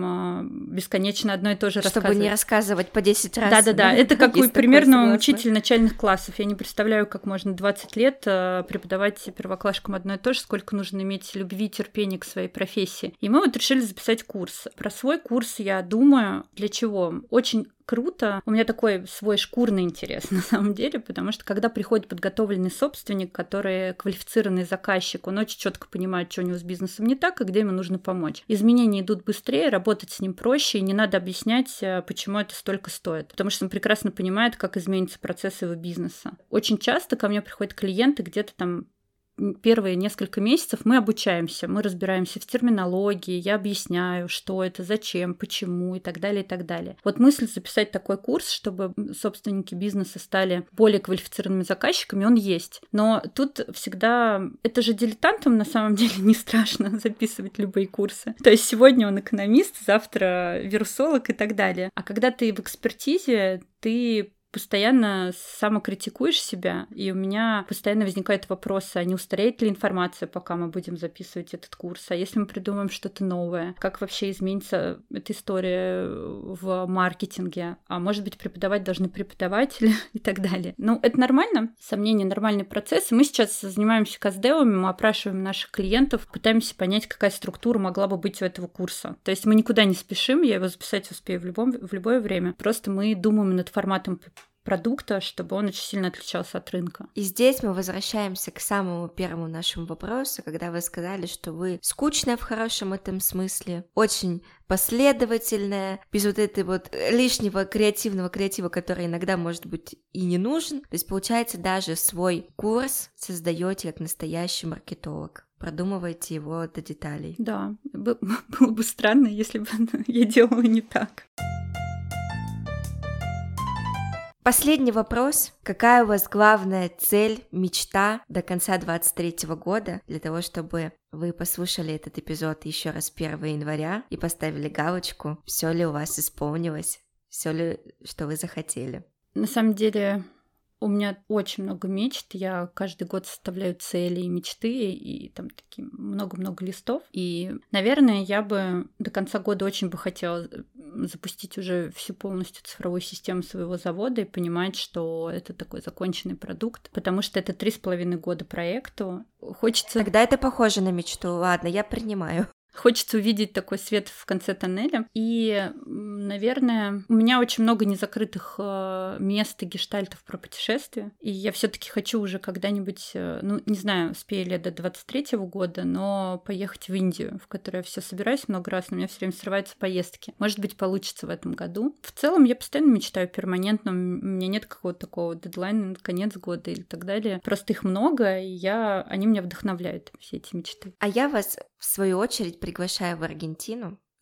чем бесконечно одно и то же рассказывать. Чтобы не рассказывать по 10 раз. Да. Это как примерно учитель начальных классов. Я не представляю, как можно 20 лет преподавать первоклашкам одно и то же, сколько нужно иметь любви и терпения к своей профессии. И мы решили записать курс. Про свой курс я думаю, для чего? Очень круто. У меня такой свой шкурный интерес на самом деле, потому что когда приходит подготовленный собственник, который квалифицированный заказчик, он очень четко понимает, что у него с бизнесом не так и где ему нужно помочь. Изменения идут быстрее, работать с ним проще, и не надо объяснять, почему это столько стоит, потому что он прекрасно понимает, как изменится процесс его бизнеса. Очень часто ко мне приходят клиенты где-то там первые несколько месяцев мы обучаемся, мы разбираемся в терминологии, я объясняю, что это, зачем, почему и так далее, и так далее. Вот мысль записать такой курс, чтобы собственники бизнеса стали более квалифицированными заказчиками, он есть. Но тут всегда... Это же дилетантам на самом деле не страшно записывать любые курсы. То есть сегодня он экономист, завтра вирусолог и так далее. А когда ты в экспертизе, ты постоянно самокритикуешь себя, и у меня постоянно возникают вопросы, а не устареет ли информация, пока мы будем записывать этот курс, а если мы придумаем что-то новое, как вообще изменится эта история в маркетинге, а может быть преподавать должны преподаватели и так далее. Это нормально, сомнения, нормальный процесс, и мы сейчас занимаемся каздевами, мы опрашиваем наших клиентов, пытаемся понять, какая структура могла бы быть у этого курса. То есть мы никуда не спешим, я его записать успею в любое время, просто мы думаем над форматом продукта, чтобы он очень сильно отличался от рынка. И здесь мы возвращаемся к самому первому нашему вопросу, когда вы сказали, что вы скучная в хорошем этом смысле, очень последовательная, без этого лишнего креатива, который иногда, может быть, и не нужен. То есть, получается, даже свой курс создаете как настоящий маркетолог. Продумывайте его до деталей. Да, было бы странно, если бы я делала не так. Последний вопрос. Какая у вас главная цель, мечта до конца 2023 года для того, чтобы вы послушали этот эпизод еще раз 1 января и поставили галочку, все ли у вас исполнилось, все ли, что вы захотели? На самом деле... У меня очень много мечт, я каждый год составляю цели и мечты, и там такие много-много листов. И, наверное, я бы до конца года очень бы хотела запустить уже всю полностью цифровую систему своего завода и понимать, что это такой законченный продукт, потому что это 3,5 года проекту. Хочется... Тогда это похоже на мечту, ладно, я принимаю. Хочется увидеть такой свет в конце тоннеля. И, наверное, у меня очень много незакрытых мест и гештальтов про путешествия. И я все-таки хочу уже когда-нибудь, не знаю, успею ли до 23-го года, но поехать в Индию, в которой я все собираюсь много раз, но у меня все время срываются поездки. Может быть, получится в этом году. В целом, я постоянно мечтаю перманентно. У меня нет какого-то такого дедлайна на конец года или так далее. Просто их много, и они меня вдохновляют, все эти мечты. А я вас, в свою очередь, приглашаю в Аргентину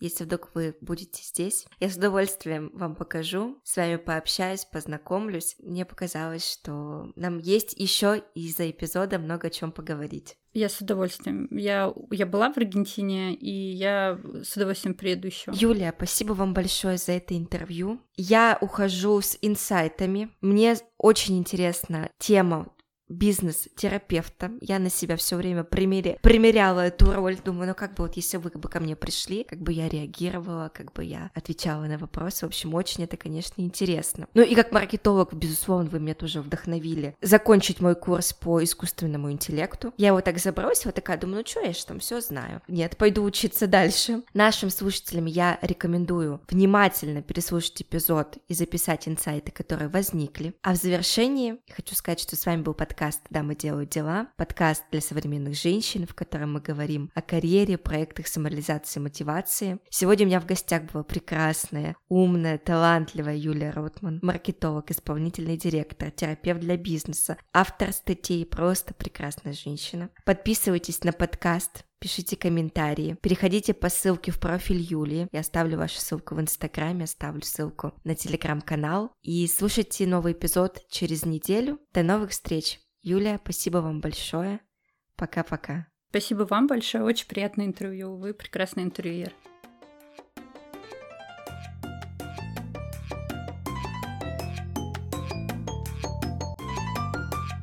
если вдруг вы будете здесь. Я с удовольствием вам покажу, с вами пообщаюсь, познакомлюсь. Мне показалось, что нам есть еще из-за эпизода много о чем поговорить. Я с удовольствием. Я была в Аргентине, и я с удовольствием приеду еще. Юлия, спасибо вам большое за это интервью. Я ухожу с инсайтами. Мне очень интересна тема бизнес-терапевта. Я на себя все время примеряла эту роль. Думаю, ну как бы вот если вы бы ко мне пришли, как бы я реагировала, как бы я отвечала на вопросы. В общем, очень это, конечно, интересно. Ну и как маркетолог, безусловно, вы меня тоже вдохновили закончить мой курс по искусственному интеллекту. Я его так забросила, такая, думаю, ну что, я же там все знаю. Нет, пойду учиться дальше. Нашим слушателям я рекомендую внимательно переслушать эпизод и записать инсайты, которые возникли. А в завершении хочу сказать, что с вами был подкаст «Дамы делают дела», подкаст для современных женщин, в котором мы говорим о карьере, проектах самореализации и мотивации. Сегодня у меня в гостях была прекрасная, умная, талантливая Юлия Ротман, маркетолог, исполнительный директор, терапевт для бизнеса, автор статей, просто прекрасная женщина. Подписывайтесь на подкаст, пишите комментарии, переходите по ссылке в профиль Юлии, я оставлю вашу ссылку в Инстаграме, оставлю ссылку на Телеграм-канал, и слушайте новый эпизод через неделю. До новых встреч! Юлия, спасибо вам большое. Пока-пока. Спасибо вам большое, очень приятное интервью, вы прекрасный интервьюер.